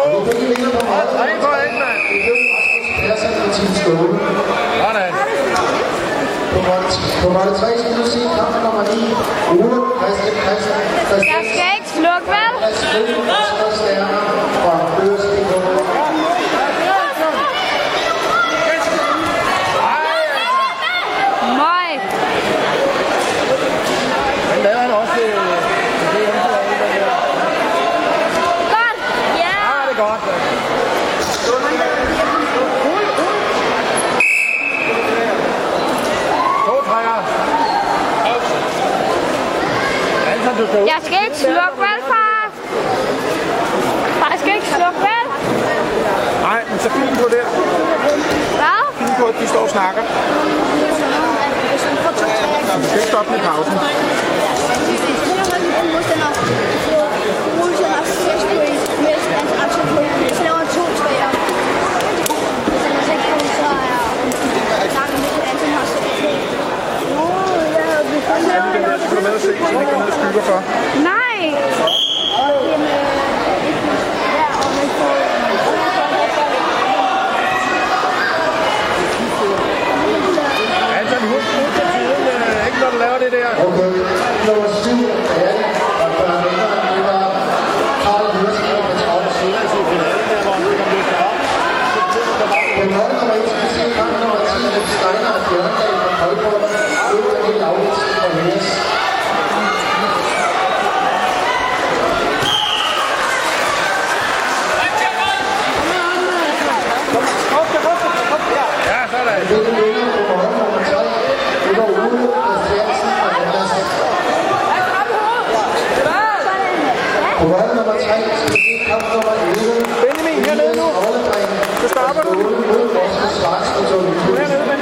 På mål 3 skal du se kamp nummer 9. Ole Christian. Jeg skal ikke slukke, vel? Møj. Men lavede han også det? Godt. Ja. Ja, det er godt. Jeg skal ikke slukke, vel, far? Far, jeg skal ikke slukke, vel? Nej, men så fint på det. Hvad? Fint på, at de står og snakker. Du skal ikke stoppe med pausen. Så kan du med at se, så det kan noget skygger for. Nej. Anton, husk ud til tiden, ikke når du laver det der. Okay, nummer 7 er og Børnænder, det var Karl Hørskab med 30 siden. På mål nummer 1 skal vi se kamp nummer 10, Steiner og Bjørndal fra Koldborg. Det er helt lavligt fra Høres. Ja, sådan. Det er vinder på mål nummer 3. Det var Ole Christiansen fra Henderson. På mål nummer 3 skal vi se kamp nummer 11. Benjamin, hernede nu. Så stopper du. Skåle mod Forskel Svarts og Tony Knudsen.